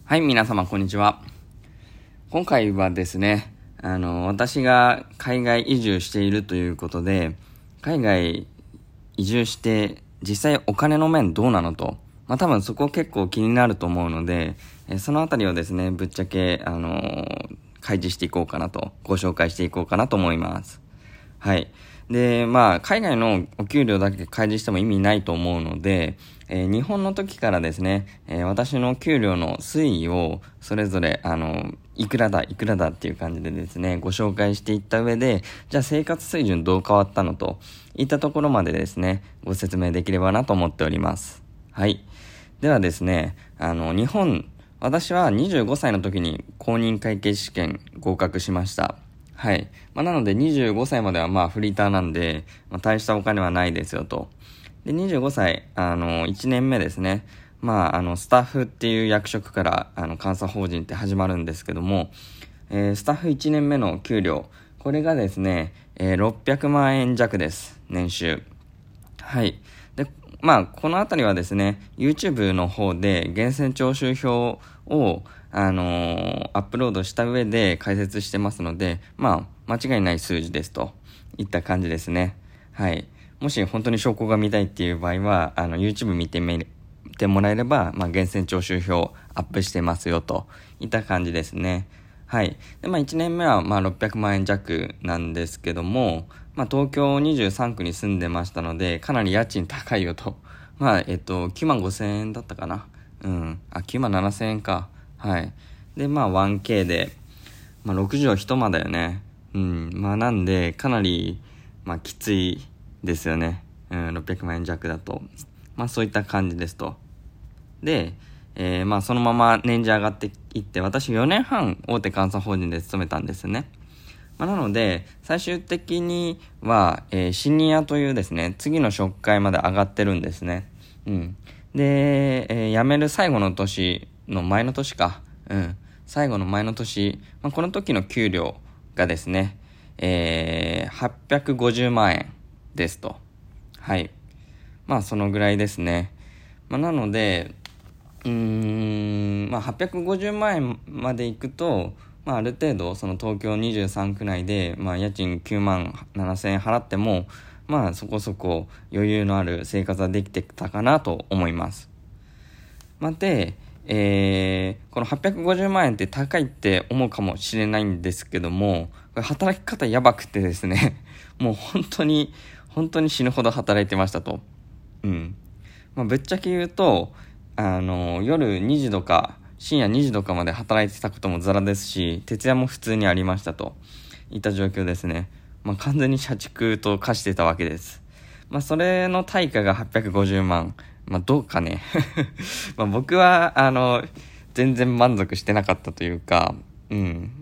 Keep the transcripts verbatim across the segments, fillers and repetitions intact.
はい、皆様こんにちは。今回はですね、あの、私が海外移住しているということで、海外移住して実際お金の面どうなのと、まあ多分そこ結構気になると思うので、えそのあたりをですね、ぶっちゃけ、あの、開示していこうかなと、ご紹介していこうかなと思います。はい。で、まあ、海外のお給料だけ開示しても意味ないと思うので、えー日本の時からですね、えー私の給料の推移をそれぞれ、あの、いくらだ、いくらだっていう感じでですね、ご紹介していった上で、じゃあ生活水準どう変わったのといったところまでですね、ご説明できればなと思っております。はい。ではですね、あの、日本、私はにじゅうごさいの時に公認会計試験合格しました。はい。まあ、なのでにじゅうごさいまではまあフリーターなんで、まあ、大したお金はないですよと。で、にじゅうごさい、あの、いちねんめですね。まあ、あの、スタッフっていう役職から、あの、監査法人って始まるんですけども、えースタッフいちねんめの給料、これがですね、えーろっぴゃくまん円弱です。年収。はい。で、まあ、このあたりはですね、YouTube の方で源泉徴収票を、あのーアップロードした上で解説してますので、まあ、間違いない数字ですといった感じですね。はい。もし本当に証拠が見たいっていう場合は、あの、YouTube 見てみてもらえれば、まあ、源泉徴収票アップしてますよといった感じですね。はい。で、まあ、いちねんめは、まあ、ろっぴゃくまん円弱なんですけども、まあ、東京にじゅうさんくに住んでましたので、かなり家賃高いよと。まあ、えっと、きゅうまんごせん円だったかな。うん。あ、きゅうまんななせん円か。はい。で、まあ、ワンケー で、まあ、ろくじょういち間だよね。うん。まあ、なんで、かなり、まあ、きついですよね。うん、ろっぴゃくまん円弱だと。まあ、そういった感じですと。で、えー、まあそのまま年次上がっていって、私よねんはん大手監査法人で勤めたんですね。まあ、なので、最終的には、えー、シニアというですね、次の職階まで上がってるんですね。うん。で、えー辞める最後の年の前の年か。うん。最後の前の年、まあ、この時の給料がですね、えー、はっぴゃくごじゅうまん円ですと。はい。まあ、そのぐらいですね。まあ、なので、うーん、まあ、はっぴゃくごじゅうまん円まで行くと、まあ、ある程度、その東京にじゅうさん区内で、まあ、家賃きゅうまんななせん円払っても、まあ、そこそこ余裕のある生活はできてたかなと思います。まあ、で、えー、このはっぴゃくごじゅうまん円って高いって思うかもしれないんですけども、これ働き方やばくてですね、もう本当に、本当に死ぬほど働いてましたと。うん。まあ、ぶっちゃけ言うと、あの、夜にじとか、深夜にじとかまで働いてたこともザラですし、徹夜も普通にありましたといった状況ですね。まあ、完全に社畜と化してたわけです。まあ、それの対価がはっぴゃくごじゅうまん。まあ、どうかね。まあ、僕は、あの、全然満足してなかったというか、うん、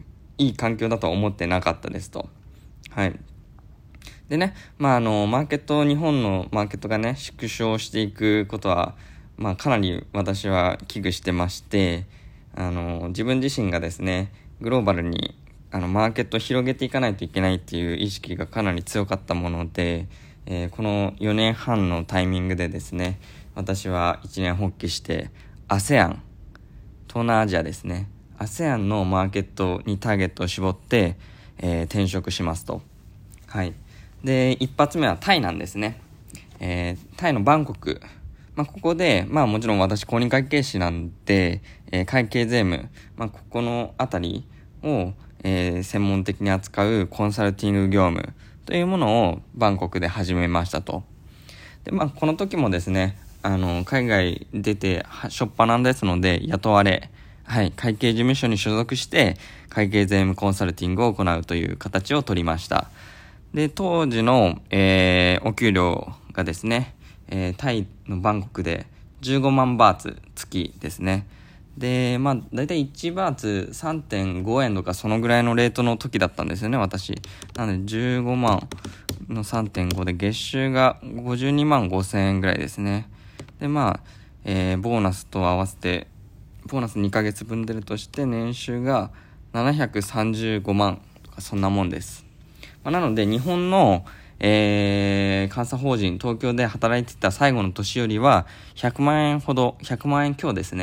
いい環境だとは思ってなかったですと。はい。でね、まあ、あの、マーケット、日本のマーケットがね、縮小していくことは、まあ、かなり私は危惧してまして、あの、自分自身がですね、グローバルに、あの、マーケットを広げていかないといけないっていう意識がかなり強かったもので、えーこのよねんはんのタイミングでですね、私は一年発起して、アセアン、東南アジアですね、アセアンのマーケットにターゲットを絞って、えー転職しますと。はい。で、一発目はタイなんですね。えータイのバンコク。まあ、ここで、まあもちろん私公認会計士なんで、えー会計税務、まあ、ここのあたりを、えー専門的に扱うコンサルティング業務というものをバンコクで始めましたと。で、まあこの時もですね、あの、海外出て、はしょっぱなんですので、雇われ、はい、会計事務所に所属して、会計税務コンサルティングを行うという形を取りました。で、当時の、えーお給料がですね、えータイのバンコクでじゅうごまんバーツ月ですね。で、まあ、だいたいいちバーツ さんてんご 円とかそのぐらいのレートの時だったんですよね、私。なのでじゅうごまんの さんてんご で月収がごじゅうにまんごせん円ぐらいですね。で、まあ、えーボーナスと合わせて、ボーナスにかげつぶん出るとして年収がななひゃくさんじゅうごまんとかそんなもんです。まあ、なので日本の、えー、監査法人東京で働いてた最後の年よりはひゃくまん円ほど、ひゃくまん円強ですね、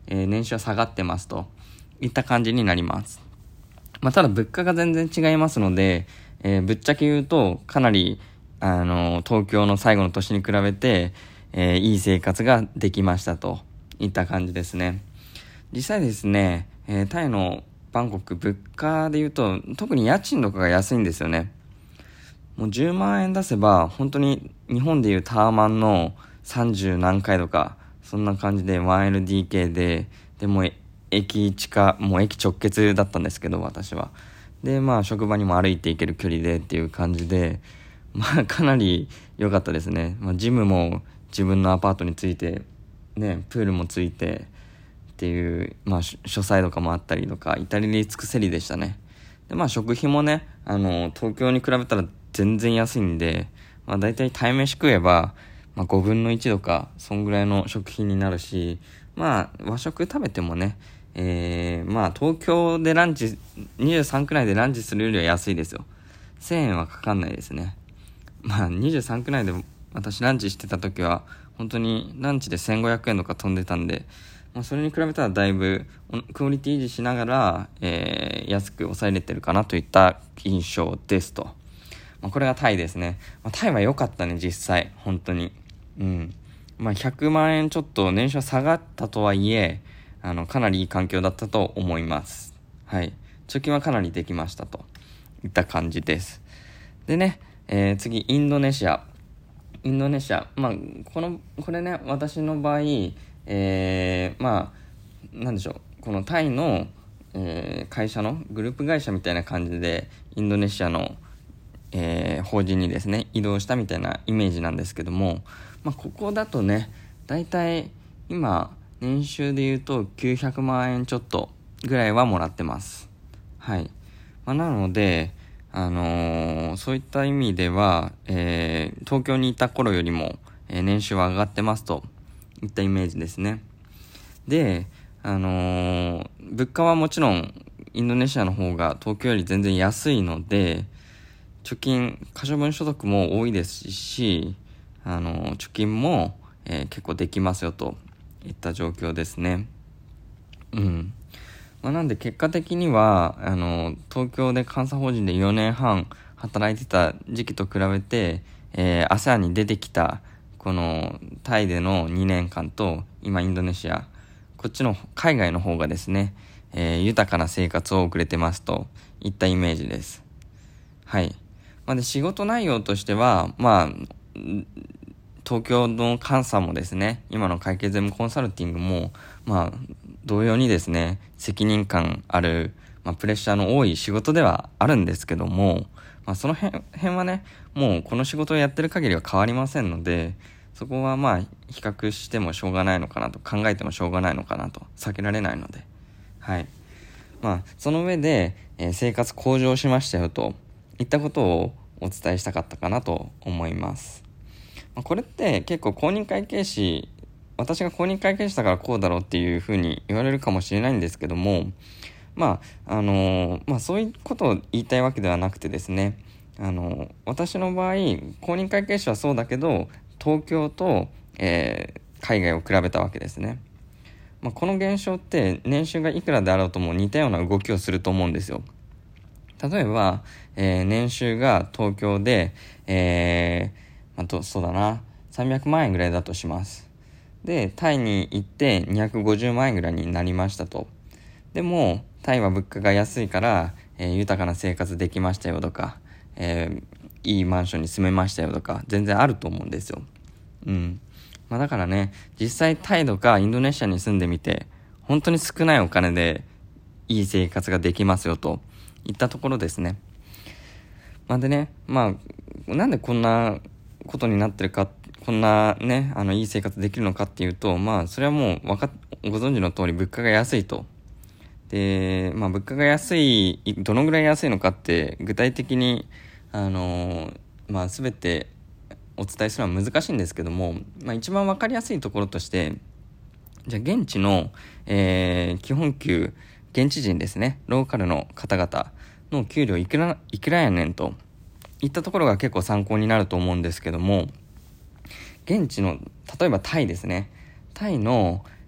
えー、年収は下がってますといった感じになります。まあ、ただ物価が全然違いますので、えー、ぶっちゃけ言うとかなりあの東京の最後の年に比べて、えー、いい生活ができましたといった感じですね。実際ですね、えー、タイのバンコク物価で言うと特に家賃とかが安いんですよね。もうじゅうまんえん出せば本当に日本でいうタワマンのさんじゅう何階とかそんな感じで ワンエルディーケー ででも駅近もう駅直結だったんですけど私はでまあ職場にも歩いて行ける距離でっていう感じでまあかなり良かったですね。まあ、ジムも自分のアパートについてねプールもついてっていうまあ書斎とかもあったりとか至れり尽くせりでしたね。でまあ食費もねあの東京に比べたら全然安いんで、まあ、大体鯛めし食えば、まあ、ごぶんのいちとかそんぐらいの食費になるし、まあ和食食べてもねえー、まあ東京でランチにじゅうさんくらいでランチするよりは安いですよ。せんえんはかかんないですね。まあにじゅうさんくらいで私ランチしてた時は本当にランチでせんごひゃくえんとか飛んでたんで、まあ、それに比べたらだいぶクオリティ維持しながら、えー、安く抑えれてるかなといった印象ですと。まあ、これがタイですね。まあ、タイは良かったね実際本当に。うんまあひゃくまんえんちょっと年収は下がったとはいえあのかなりいい環境だったと思います。はい、貯金はかなりできましたといった感じです。でね、えー、次インドネシアインドネシアまあこのこれね私の場合、えー、まあなんでしょうこのタイの、えー、会社のグループ会社みたいな感じでインドネシアの、えー、法人にですね移動したみたいなイメージなんですけども、まあ、ここだとねだいたい今年収で言うときゅうひゃくまんえんちょっとぐらいはもらってます。はい、まあ、なので、あのー、そういった意味では、えー、東京にいた頃よりも、えー、年収は上がってますといったイメージですね。で、あのー、物価はもちろんインドネシアの方が東京より全然安いので貯金可処分所得も多いですし、あのー、貯金も、えー、結構できますよといった状況ですね。うん。まあ、なんで結果的にはあの東京で監査法人でよねんはん働いてた時期と比べて、えー、アセアン に出てきたこのタイでのにねんかんと今インドネシアこっちの海外の方がですね、えー、豊かな生活を送れてますといったイメージです。はい。まあ、で仕事内容としてはまあ東京の監査もですね今の会計税務コンサルティングもまあ同様にですね責任感ある、まあ、プレッシャーの多い仕事ではあるんですけども、まあ、その辺はねもうこの仕事をやってる限りは変わりませんのでそこはまあ比較してもしょうがないのかなと考えてもしょうがないのかなと避けられないのではいまあその上で、えー、生活向上しましたよといったことをお伝えしたかったかなと思います。これって結構公認会計士私が公認会計士だからこうだろうっていうふうに言われるかもしれないんですけどもまああのー、まあそういうことを言いたいわけではなくてですねあのー、私の場合公認会計士はそうだけど東京と、えー、海外を比べたわけですね。まあ、この現象って年収がいくらであろうとも似たような動きをすると思うんですよ。例えば、えー、年収が東京で、えーあとそうだなさんびゃくまんえんぐらいだとします。でタイに行ってにひゃくごじゅうまんえんぐらいになりましたと。でもタイは物価が安いから、えー、豊かな生活できましたよとか、えー、いいマンションに住めましたよとか全然あると思うんですよ。うんまあ、だからね実際タイとかインドネシアに住んでみて本当に少ないお金でいい生活ができますよといったところですね。まあ、でねまあなんでこんなことになってるかこんなねあのいい生活できるのかっていうとまあそれはもうわかご存知の通り物価が安いと。でまあ物価が安いどのぐらい安いのかって具体的にあのまあ全てお伝えするのは難しいんですけども、まあ、一番わかりやすいところとしてじゃあ現地の、えー、基本給現地人ですねローカルの方々の給料いくらいくらやねんといったところが結構参考になると思うんですけども現地の例えばタイですねタイの、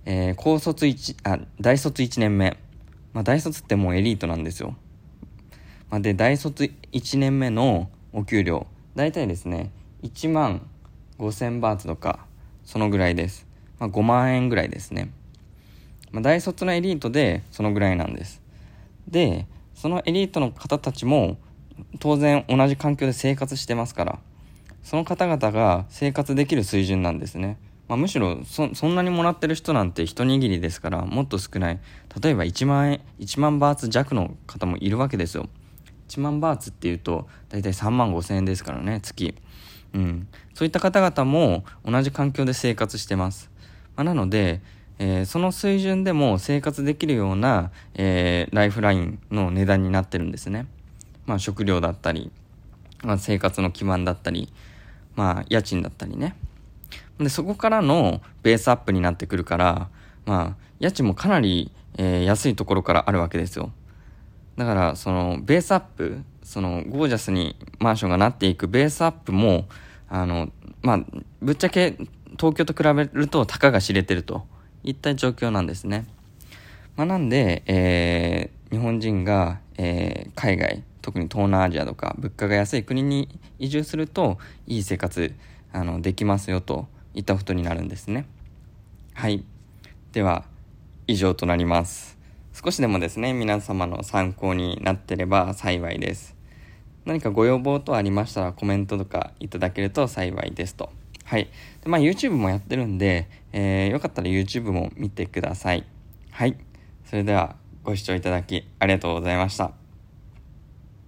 えー、高卒1あ大卒いちねんめ、まあ、大卒ってもうエリートなんですよ。まあ、で大卒いちねんめのお給料だいたいですねいちまんごせんバーツとかそのぐらいです。まあ、ごまんえんぐらいですね。まあ、大卒のエリートでそのぐらいなんです。でそのエリートの方たちも当然同じ環境で生活してますから、その方々が生活できる水準なんですね。まあ、むしろ そ, そんなにもらってる人なんて一握りですから、もっと少ない、例えばいちまんえんいちまんバーツ弱の方もいるわけですよ。いちまんバーツっていうとだいたいさんまんごせんえんですからね、月。うん、そういった方々も同じ環境で生活してます。まあ、なので、えー、その水準でも生活できるような、えー、ライフラインの値段になってるんですね。まあ、食料だったり、まあ、生活の基盤だったり、まあ、家賃だったりね。でそこからのベースアップになってくるから、まあ、家賃もかなり、えー、安いところからあるわけですよ。だからそのベースアップ、そのゴージャスにマンションがなっていくベースアップも、あのまあぶっちゃけ東京と比べるとたかが知れてるといった状況なんですね。まあ、なんで、えー、日本人が、えー、海外、特に東南アジアとか物価が安い国に移住するといい生活あのできますよといったことになるんですね。はい、では以上となります。少しでもですね皆様の参考になってれば幸いです。何かご要望等ありましたらコメントとかいただけると幸いですと。はい。で、まあ YouTube もやってるんで、えー、よかったら YouTube も見てください。はい。それではご視聴いただきありがとうございました。